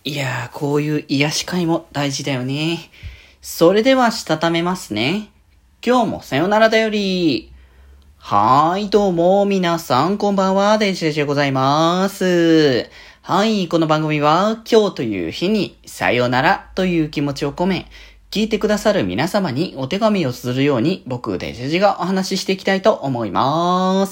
いやー、こういう癒し会も大事だよね。それでは、したためますね。今日もさよならだより。はーい、どうも、皆さん、こんばんは、デジェジでございます。はい、この番組は、今日という日に、さよならという気持ちを込め、聞いてくださる皆様にお手紙をするように、僕、デジェジがお話ししていきたいと思います。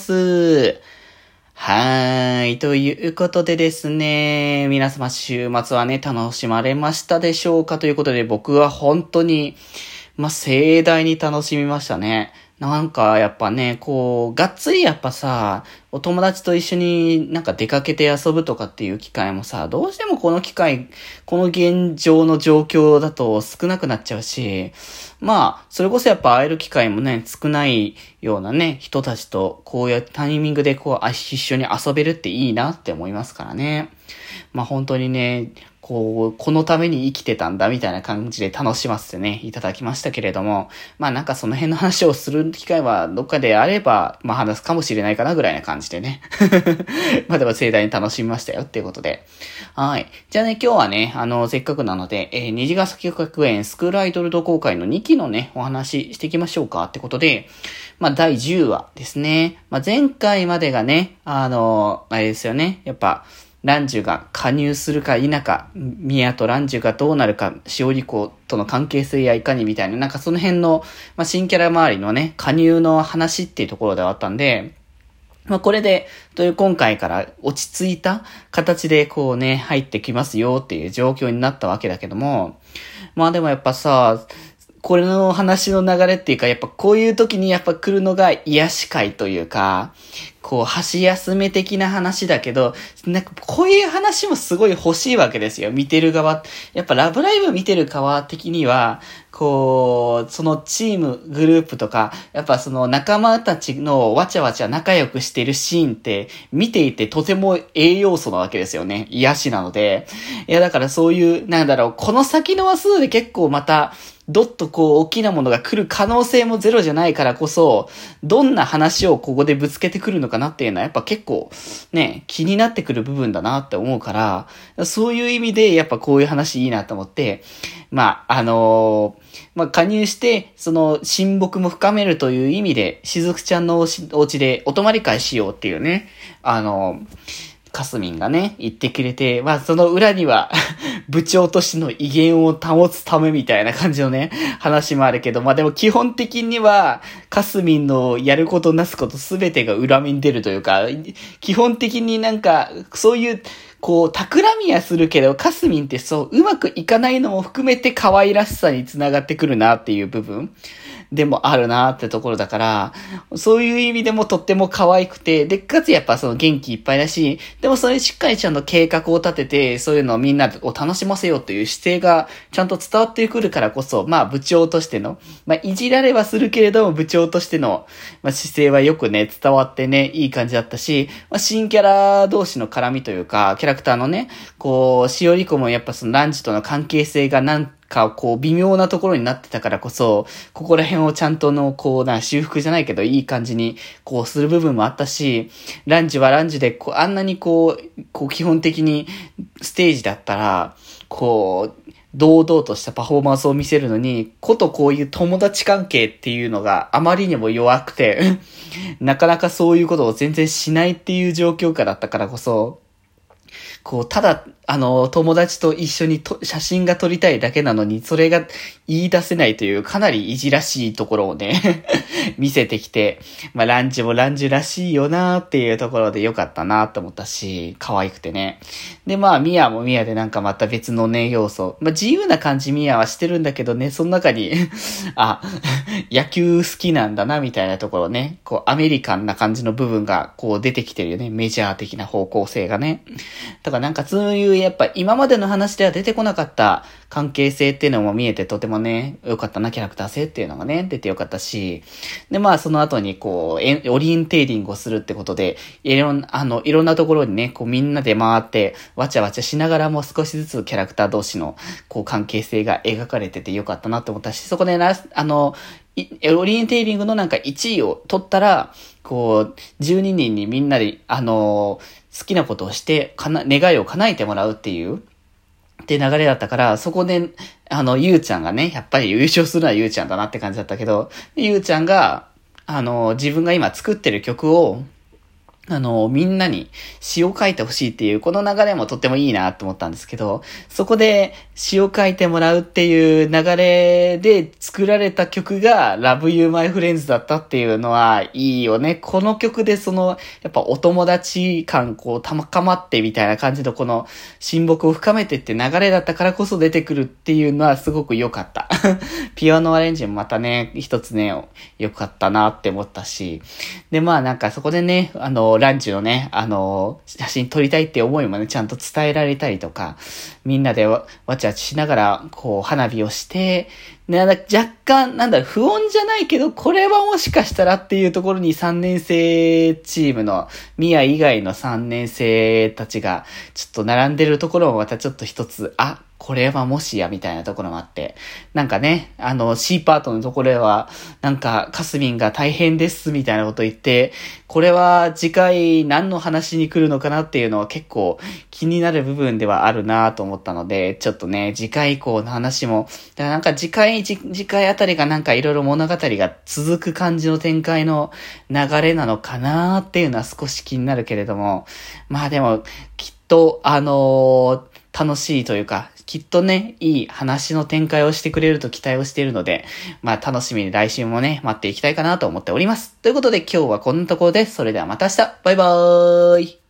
はーい。ということでですね、皆様週末はね、楽しまれましたでしょうかということで、僕は本当に、盛大に楽しみましたね。なんか、やっぱね、がっつりやっぱさ、お友達と一緒になんか出かけて遊ぶとかっていう機会もさ、どうしてもこの機会、この現状の状況だと少なくなっちゃうし、それこそやっぱ会える機会もね、少ないようなね、人たちとこういうタイミングで一緒に遊べるっていいなって思いますからね。本当にね、このために生きてたんだみたいな感じで楽しませてね、いただきましたけれども、なんかその辺の話をする機会はどっかであれば、話すかもしれないかなぐらいな感じでね。でも盛大に楽しみましたよっていうことで。はい。じゃあね、今日はね、せっかくなので、虹ヶ崎学園スクールアイドル同好会の2期のね、お話していきましょうかってことで、第10話ですね。前回までがね、あれですよね。やっぱ、ランジュが加入するか否か、ミヤとランジュがどうなるか、しおりことの関係性やいかにみたいな、なんかその辺の、新キャラ周りのね、加入の話っていうところではあったんで、これで、今回から落ち着いた形で入ってきますよっていう状況になったわけだけども、でもやっぱさ、これの話の流れっていうか、やっぱこういう時にやっぱ来るのが癒し会というか、箸休め的な話だけど、なんかこういう話もすごい欲しいわけですよ。見てる側。やっぱラブライブ見てる側的には、そのチーム、グループとか、やっぱその仲間たちのわちゃわちゃ仲良くしてるシーンって見ていてとても栄養素なわけですよね。癒しなので。いやだからそういう、この先の話数で結構また、どっと大きなものが来る可能性もゼロじゃないからこそ、どんな話をここでぶつけてくるのかなっていうのはやっぱ結構ね、気になってくる部分だなって思うから、そういう意味でやっぱこういう話いいなと思って、加入して、その親睦も深めるという意味で、しずくちゃんのお家でお泊まり会しようっていうね、かすみんがね、言ってくれて、その裏には、部長としての威厳を保つためみたいな感じのね、話もあるけど、でも基本的には、かすみんのやることなすことすべてが恨みに出るというか、基本的になんか、そういう、企みはするけど、かすみんってうまくいかないのも含めて可愛らしさにつながってくるなっていう部分でもあるなってところだから、そういう意味でもとっても可愛くて、で、かつやっぱ元気いっぱいだし、でもそれしっかりちゃんと計画を立てて、そういうのをみんなを楽しませようという姿勢がちゃんと伝わってくるからこそ、部長としての、いじられはするけれども部長としての、姿勢はよくね、伝わってね、いい感じだったし、新キャラ同士の絡みというか、キャラクターのね、しおりこもやっぱランジとの関係性が微妙なところになってたからこそ、ここら辺をちゃんと修復じゃないけど、いい感じに、する部分もあったし、ランジはランジで、あんなに基本的にステージだったら、堂々としたパフォーマンスを見せるのに、こういう友達関係っていうのがあまりにも弱くて、なかなかそういうことを全然しないっていう状況下だったからこそ、ただ、友達と一緒に写真が撮りたいだけなのに、それが言い出せないという、かなりいじらしいところをね、見せてきて、ランジもランジらしいよなーっていうところでよかったなーと思ったし、可愛くてね。で、ミヤもミヤでなんかまた別のね、要素。自由な感じミヤはしてるんだけどね、その中に、野球好きなんだな、みたいなところね、アメリカンな感じの部分が、出てきてるよね、メジャー的な方向性がね。だからなんかそういうやっぱ今までの話では出てこなかった関係性っていうのも見えてとてもね、良かったな、キャラクター性っていうのがね、出て良かったし、でその後にオリエンテーリングをするってことで、いろんなところにね、みんなで回って、わちゃわちゃしながらも少しずつキャラクター同士の、関係性が描かれてて良かったなと思ったし、そこでオリエンテーリングのなんか1位を取ったら、12人にみんなで、好きなことをして、願いを叶えてもらうっていう、 って流れだったから、そこで、ゆうちゃんがね、やっぱり優勝するのはゆうちゃんだなって感じだったけど、ゆうちゃんが、自分が今作ってる曲を、みんなに詩を書いてほしいっていう、この流れもとってもいいなと思ったんですけど、そこで詩を書いてもらうっていう流れで作られた曲が Love You My Friends だったっていうのはいいよね。この曲でやっぱお友達感高まってみたいな感じのこの親睦を深めてって流れだったからこそ出てくるっていうのはすごく良かった。ピアノアレンジもまたね、一つね、良かったなって思ったし。で、なんかそこでね、ランチのね、写真撮りたいって思いもね、ちゃんと伝えられたりとか、みんなでわちゃわちゃしながら、花火をして、ね、若干、不穏じゃないけど、これはもしかしたらっていうところに3年生チームの、ミヤ以外の3年生たちが、ちょっと並んでるところもまたちょっと一つ、これはもしや、みたいなところもあって。なんかね、C パートのところでは、なんか、かすみんが大変です、みたいなこと言って、これは次回何の話に来るのかなっていうのは結構気になる部分ではあるなと思ったので、ちょっとね、次回以降の話も、だからなんか次回あたりがなんかいろいろ物語が続く感じの展開の流れなのかなっていうのは少し気になるけれども、でも、きっと、楽しいというか、きっとね、いい話の展開をしてくれると期待をしているので、楽しみに来週もね、待っていきたいかなと思っております。ということで今日はこんなところです。それではまた明日バイバーイ